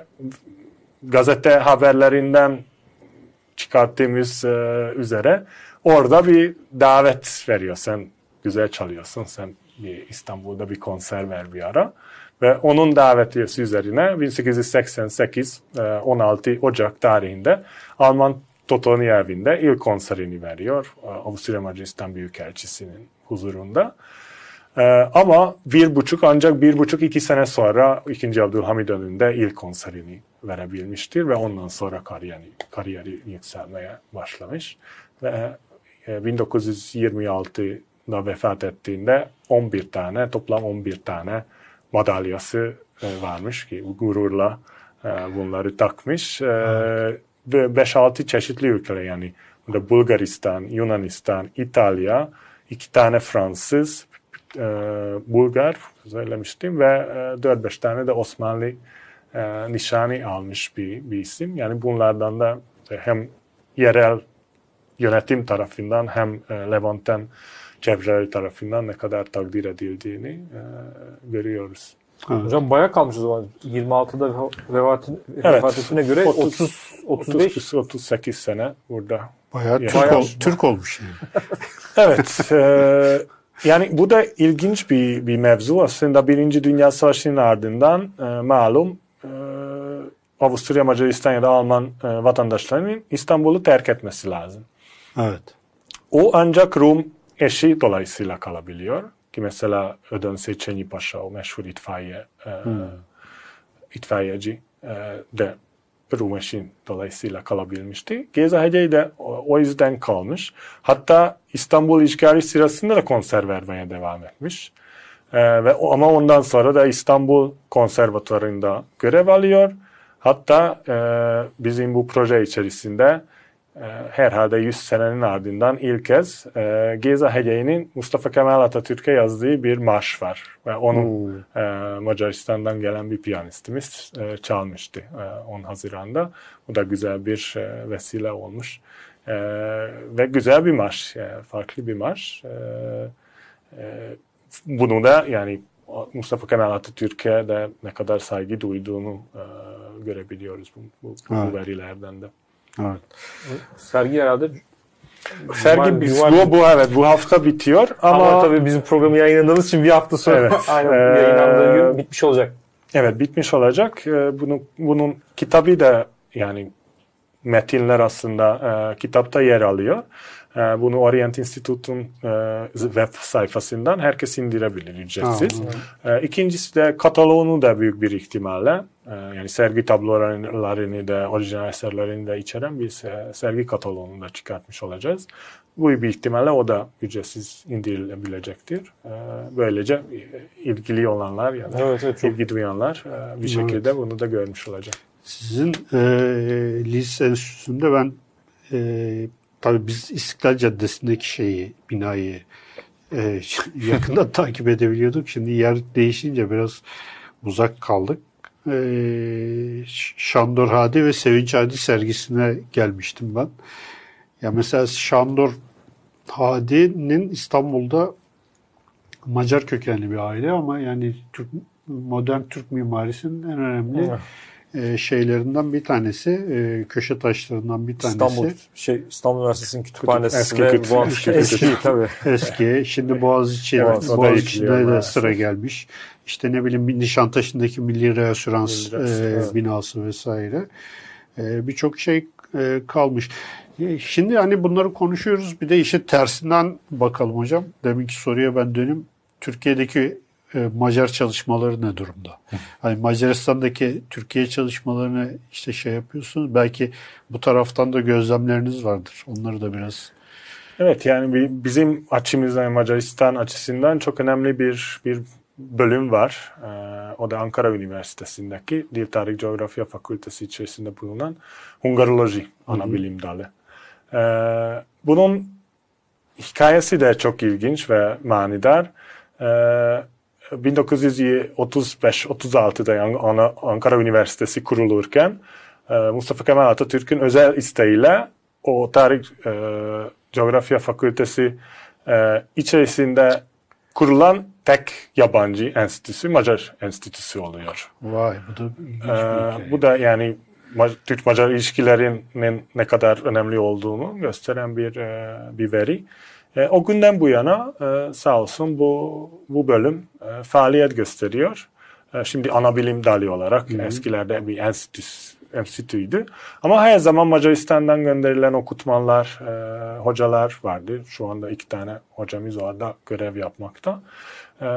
gazete haberlerinden çıkarttığımız e, üzere orada bir davet veriyor. Sen güzel çalıyorsun, sen bir İstanbul'da bir konser ver bir ara. Ve onun davetiyesi üzerine bin sekiz yüz seksen sekiz on altı Ocak tarihinde Alman Totoni evinde ilk konserini veriyor. Avusturya Macaristan Büyükelçisi'nin huzurunda. Ee, ama bir buçuk ancak bir buçuk iki sene sonra ikinci. Abdülhamid önünde ilk konserini verebilmiştir ve ondan sonra kariyeri, kariyeri yükselmeye başlamış. Ve e, bin dokuz yüz yirmi altıda vefat ettiğinde on bir tane toplam on bir tane madalyası e, varmış ki gururla e, bunları takmış. E, ve beş altı çeşitli ülkeler yani Bulgaristan, Yunanistan, İtalya, iki tane Fransız, e, Bulgar söylemiştim ve e, dört beş tane de Osmanlı e, nişanı almış bir, bir isim. Yani bunlardan da hem yerel yönetim tarafından hem e, Levant'ten çevreleri tarafından ne kadar takdir edildiğini e, görüyoruz. Evet. Hocam bayağı kalmış o zaman. yirmi altıda vefat evet. ettiğine göre otuz otuz beş otuz sekiz sene burada. Bayağı Türk, bayağı, ol, Türk olmuş yani. Evet. E, yani bu da ilginç bir, bir mevzu. Aslında Birinci Dünya Savaşı'nın ardından e, malum e, Avusturya, Macaristan ya da Alman e, vatandaşlarının İstanbul'u terk etmesi lazım. Evet. O ancak Rum eşi dolayısıyla kalabiliyor. Ki mesela Ödön Seçeni Paşa, o meşhur itfaiye, e, hmm. itfaiyeci e, de Rum eşi dolayısıyla kalabilmişti. Géza Hegyei de o, o yüzden kalmış. Hatta İstanbul işgali sırasında da konser vermeye devam etmiş. E, ve ama ondan sonra da İstanbul Konservatuvarı'nda görev alıyor. Hatta e, bizim bu proje içerisinde e, herhalde yüz senenin ardından ilk kez e, Géza Hegel'in Mustafa Kemal Atatürk'e yazdığı bir marş var. Ve onu e, Macaristan'dan gelen bir piyanistimiz e, çalmıştı e, on Haziran'da. Bu da güzel bir e, vesile olmuş. E, ve güzel bir marş, yani farklı bir marş. E, e, bunu da yani Mustafa Kemal Atatürk'e de ne kadar saygı duyduğunu e, görebiliyoruz bu, bu, evet. bu verilerden de. Evet. Sergi herhalde Sergi Cuma- biz, Cuma- bu, bu evet bu hafta bitiyor ama, ama, tabii bizim programı yayınladığımız için bir hafta sonra Evet, aynen ee, yayınlandığı gün bitmiş olacak. evet bitmiş olacak. E, bunu, bunun kitabı da yani metinler aslında e, kitapta yer alıyor. E, bunu Orient Institute'un e, web sayfasından herkes indirebilir ücretsiz. E, ikincisi de kataloğunu da büyük bir ihtimalle e, yani sergi tablolarını da orijinal eserlerini de içeren bir se- sergi kataloğunu da çıkartmış olacağız. Bu bir ihtimalle o da ücretsiz indirilebilecektir. E, böylece ilgili olanlar ya da Evet, evet, çok- ilgi duyanlar e, bir şekilde Evet. bunu da görmüş olacak. Sizin e, Lis Enstitüsü'nde ben e, tabii biz İstiklal Caddesi'ndeki şeyi, binayı e, yakından takip edebiliyorduk. Şimdi yer değişince biraz uzak kaldık. E, Şandor Hadi ve Sevinç Hadi sergisine gelmiştim ben. Ya mesela Şandor Hadi'nin İstanbul'da Macar kökenli bir aile ama yani Türk, modern Türk mimarisinin en önemli Evet. e, şeylerinden bir tanesi, e, köşe taşlarından bir tanesi. İstanbul şey İstanbul Üniversitesi'nin kütüphanesi eski ve kütüphane, Boğaziçi eski eski tabii. Eski. Şimdi Boğaziçi, Evet, o da Boğaziçi'ne yıkılıyor de maalesef. sıra gelmiş. İşte ne bileyim Nişantaşı'ndaki Milli Reasürans Milli Reasürans, e, evet. binası vesaire. E, Birçok şey e, kalmış. E, Şimdi hani bunları konuşuyoruz. Bir de işi tersinden bakalım hocam. Deminki soruya ben döneyim. Türkiye'deki e, Macar çalışmaları ne durumda? Hani Macaristan'daki Türkiye çalışmalarını işte şey yapıyorsunuz. Belki bu taraftan da gözlemleriniz vardır. Onları da biraz. Evet yani bi- bizim açımızdan Macaristan açısından çok önemli bir bir bölüm var. Ee, o da Ankara Üniversitesi'ndeki Dil Tarih Coğrafya Fakültesi içerisinde bulunan Hungaroloji ana bilim dalı. Ee, bunun hikayesi de çok ilginç ve manidar. Ee, bin dokuz yüz otuz beş otuz altıda An- Ankara Üniversitesi kurulurken e, Mustafa Kemal Atatürk'ün özel isteğiyle o tarih e, coğrafya fakültesi e, içerisinde kurulan tek yabancı enstitüsü Macar enstitüsü oluyor. Vay bu da ilginç bir Ee, hikaye. bu da yani Ma- Türk-Macar ilişkilerinin ne kadar önemli olduğunu gösteren bir e, bir veri. E, o günden bu yana e, sağ olsun bu bu bölüm e, faaliyet gösteriyor. E, şimdi ana bilim dalı olarak eskilerde bir enstitüs, enstitüydü. Ama her zaman Macaristan'dan gönderilen okutmanlar, e, hocalar vardı. Şu anda iki tane hocamız orada görev yapmakta. E,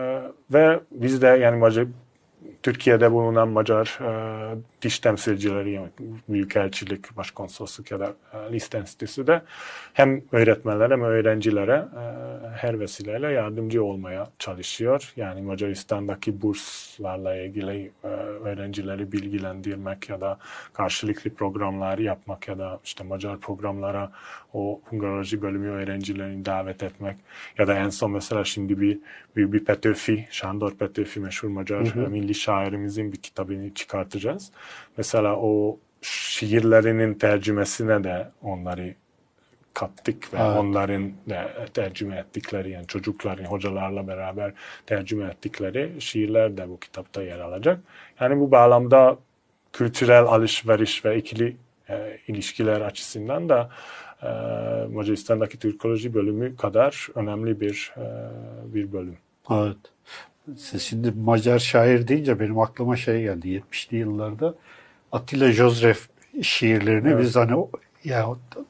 ve biz de yani Macar Türkiye'de bulunan Macar e, diş temsilcileri, yani Büyükelçilik, Başkonsolosluk ya da e, Lis Enstitüsü de hem öğretmenlere hem öğrencilere e, her vesileyle yardımcı olmaya çalışıyor. Yani Macaristan'daki burslarla ilgili e, öğrencileri bilgilendirmek ya da karşılıklı programlar yapmak ya da işte Macar programlara o Hungaroloji bölümü öğrencilerini davet etmek ya da en son mesela şimdi bir bir, bir Petőfi, Sándor Petőfi meşhur Macar hı hı. milli şairimizin bir kitabını çıkartacağız. Mesela o şiirlerinin tercümesine de onları kattık ve evet. onların de tercüme ettikleri yani çocukların hocalarla beraber tercüme ettikleri şiirler de bu kitapta yer alacak. Yani bu bağlamda kültürel alışveriş ve ikili e, ilişkiler açısından da e, Macaristan'daki Türkoloji bölümü kadar önemli bir e, bir bölüm. Evet. Siz şimdi Macar şair deyince benim aklıma şey geldi. yetmişli yıllarda Attila Jozref şiirlerini evet. biz hani ya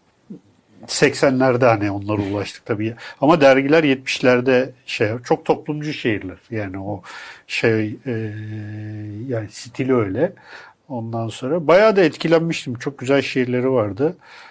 seksenlerde hani onlara ulaştık tabii. Ama dergiler yetmişlerde şey çok toplumcu şiirler. Yani o şey e, yani stili öyle. Ondan sonra bayağı da etkilenmiştim. Çok güzel şiirleri vardı.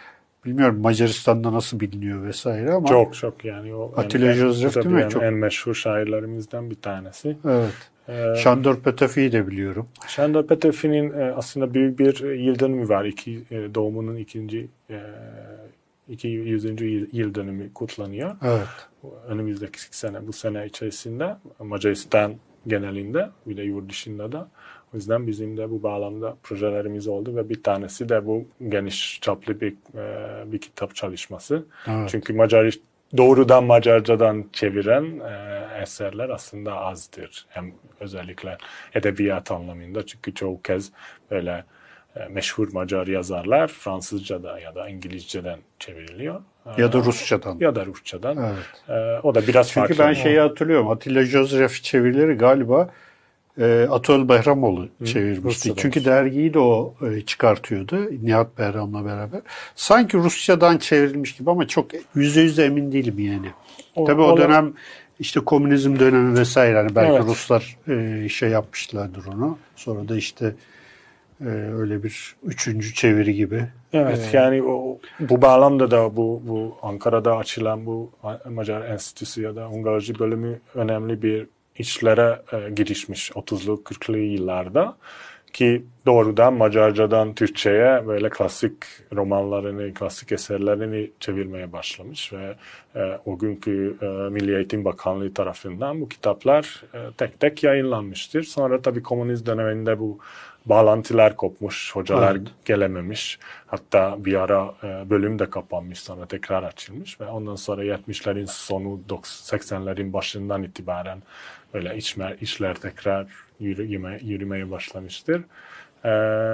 bilmiyorum Macaristan'da nasıl biliniyor vesaire ama Çok çok yani o Attila en, Joseph değil mi? en, Çok... en meşhur şairlerimizden bir tanesi. Evet. Ee, Şandor Petöfi'yi de biliyorum. Şandor Petöfi'nin e, aslında büyük bir yıl dönümü var. İki, e, doğumunun ikinci e, iki yüzüncü yıl, yıl dönümü kutlanıyor. Evet. Önümüzdeki sene, bu sene içerisinde Macaristan genelinde bir de yurt dışında da. O yüzden bizim de bu bağlamda projelerimiz oldu ve bir tanesi de bu geniş çaplı bir e, bir kitap çalışması. Evet. Çünkü Macar doğrudan Macarcadan çeviren e, eserler aslında azdır. Hem özellikle edebiyat anlamında çünkü çoğu kez böyle e, meşhur Macar yazarlar Fransızca'da ya da İngilizce'den çevriliyor. Ya da Rusçadan. Ya da Rusçadan. Evet. E, o da biraz Çünkü farklı. ben şeyi hatırlıyorum. Attila Joseph çevirileri galiba e, Atol Behramoğlu çevirmişti. Rusçadan. Çünkü dergiyi de o e, çıkartıyordu. Nihat Behram'la beraber. Sanki Rusçadan çevrilmiş gibi ama çok yüzde yüz emin değilim yani. O, Tabii o o dönem işte komünizm dönemi vesaire. Yani belki Evet. Ruslar e, şey yapmışlardır onu. Sonra da işte e, öyle bir üçüncü çeviri gibi. Evet yani o, bu bağlamda da bu bu Ankara'da açılan bu Macar Enstitüsü ya da Hungarca bölümü önemli bir işlere e, girişmiş otuzlu kırklı yıllarda ki doğrudan Macarcadan Türkçe'ye böyle klasik romanlarını, klasik eserlerini çevirmeye başlamış ve e, o günkü e, Milli Eğitim Bakanlığı tarafından bu kitaplar e, tek tek yayınlanmıştır. Sonra tabii komünist döneminde bu bağlantılar kopmuş, hocalar Evet. gelememiş. Hatta bir ara e, bölüm de kapanmış, sonra tekrar açılmış ve ondan sonra yetmişlerin sonu, seksenlerin başından itibaren böyle işler, işler tekrar yürüme, yürümeye başlamıştır. E,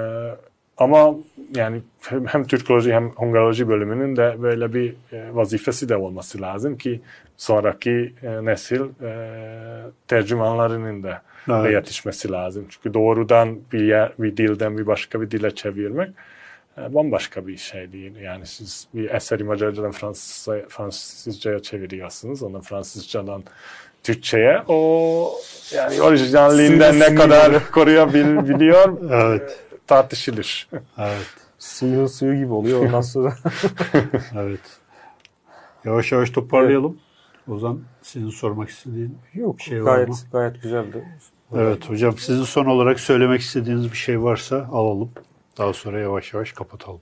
ama yani hem, hem Türkoloji hem Hungaroloji bölümünün de böyle bir e, vazifesi de olması lazım ki sonraki e, nesil e, tercümanlarının da Evet. yetişmesi lazım. Çünkü doğrudan bir yer, bir dilden bir başka bir dile çevirmek e, bambaşka bir şey değil. Yani siz bir eseri Macarcadan Fransızca, Fransızca'ya çeviriyorsunuz. Ondan Fransızcadan Türkçe'ye. O yani orijinalliğinden ne kadar koruyabiliyor Evet. tartışılır. Evet. Suyun suyu gibi oluyor ondan sonra. Evet. Yavaş yavaş toparlayalım. Ozan, senin sormak istediğin Yok şey var gayet mı? gayet güzeldi. Evet hocam, sizin son olarak söylemek istediğiniz bir şey varsa alalım. Daha sonra yavaş yavaş kapatalım.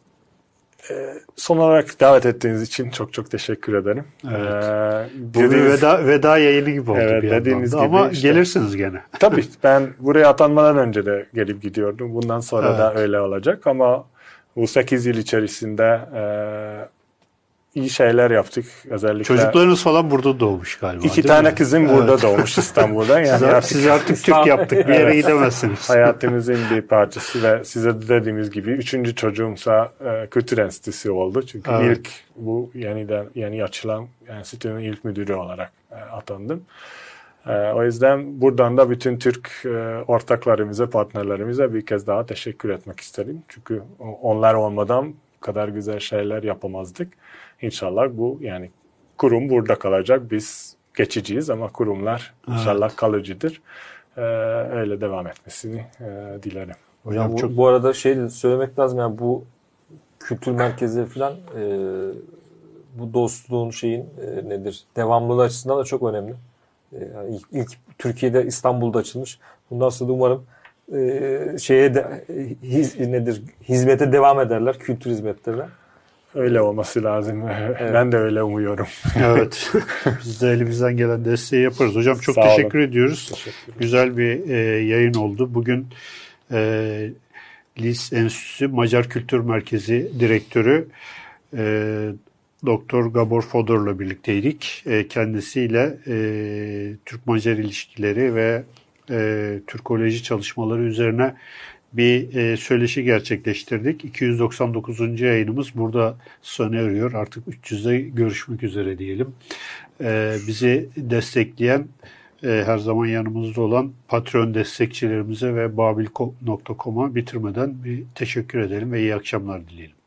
Son olarak davet ettiğiniz için çok çok teşekkür ederim. Evet. Ee, Bu bir dediğiniz- veda, veda yayını gibi oldu Evet, bir yandan dediğiniz da. gibi Ama işte. gelirsiniz gene. Tabii ben buraya atanmadan önce de gelip gidiyordum. Bundan sonra da Evet. öyle olacak ama bu sekiz yıl içerisinde e, iyi şeyler yaptık. Özellikle Çocuklarınız falan burada doğmuş galiba. iki değil tane mi? kızım Evet. burada doğmuş İstanbul'da. Yani Siz, artık siz artık Türk yaptık. Bir yere gidemezsiniz. hayatımızın bir parçası ve size de dediğimiz gibi üçüncü çocuğumsa e, kültür enstitüsü oldu. Çünkü Evet. ilk bu yeniden yeni açılan enstitünün ilk müdürü olarak e, atandım. E, o yüzden buradan da bütün Türk e, ortaklarımıza, partnerlerimize bir kez daha teşekkür etmek isterim. Çünkü onlar olmadan bu kadar güzel şeyler yapamazdık. İnşallah bu yani kurum burada kalacak. Biz geçiciyiz ama kurumlar inşallah Evet. kalıcıdır. Ee, öyle devam etmesini e, dilerim. Hocam bu, çok bu arada şey de söylemek lazım yani bu kültür merkezleri falan e, bu dostluğun şeyin e, nedir devamlılığı açısından da çok önemli. E, yani ilk, ilk Türkiye'de İstanbul'da açılmış. Bundan sonra da umarım e, şeye de hiz, nedir hizmete devam ederler kültür hizmetlerine. Öyle olması lazım. Evet. Ben de öyle umuyorum. evet. Biz de elimizden gelen desteği yaparız. Hocam çok Sağ olun. teşekkür ediyoruz. Teşekkürler. Güzel bir e, yayın oldu. Bugün e, Lis Enstitüsü Macar Kültür Merkezi Direktörü e, Doktor Gabor Fodor'la birlikteydik. E, kendisiyle e, Türk-Macar ilişkileri ve e, Türkoloji çalışmaları üzerine bir e, söyleşi gerçekleştirdik. iki yüz doksan dokuzuncu yayınımız burada sona eriyor. Artık üç yüzde görüşmek üzere diyelim. E, bizi destekleyen, e, her zaman yanımızda olan Patreon destekçilerimize ve babil nokta com'a bitirmeden bir teşekkür edelim ve iyi akşamlar dileyelim.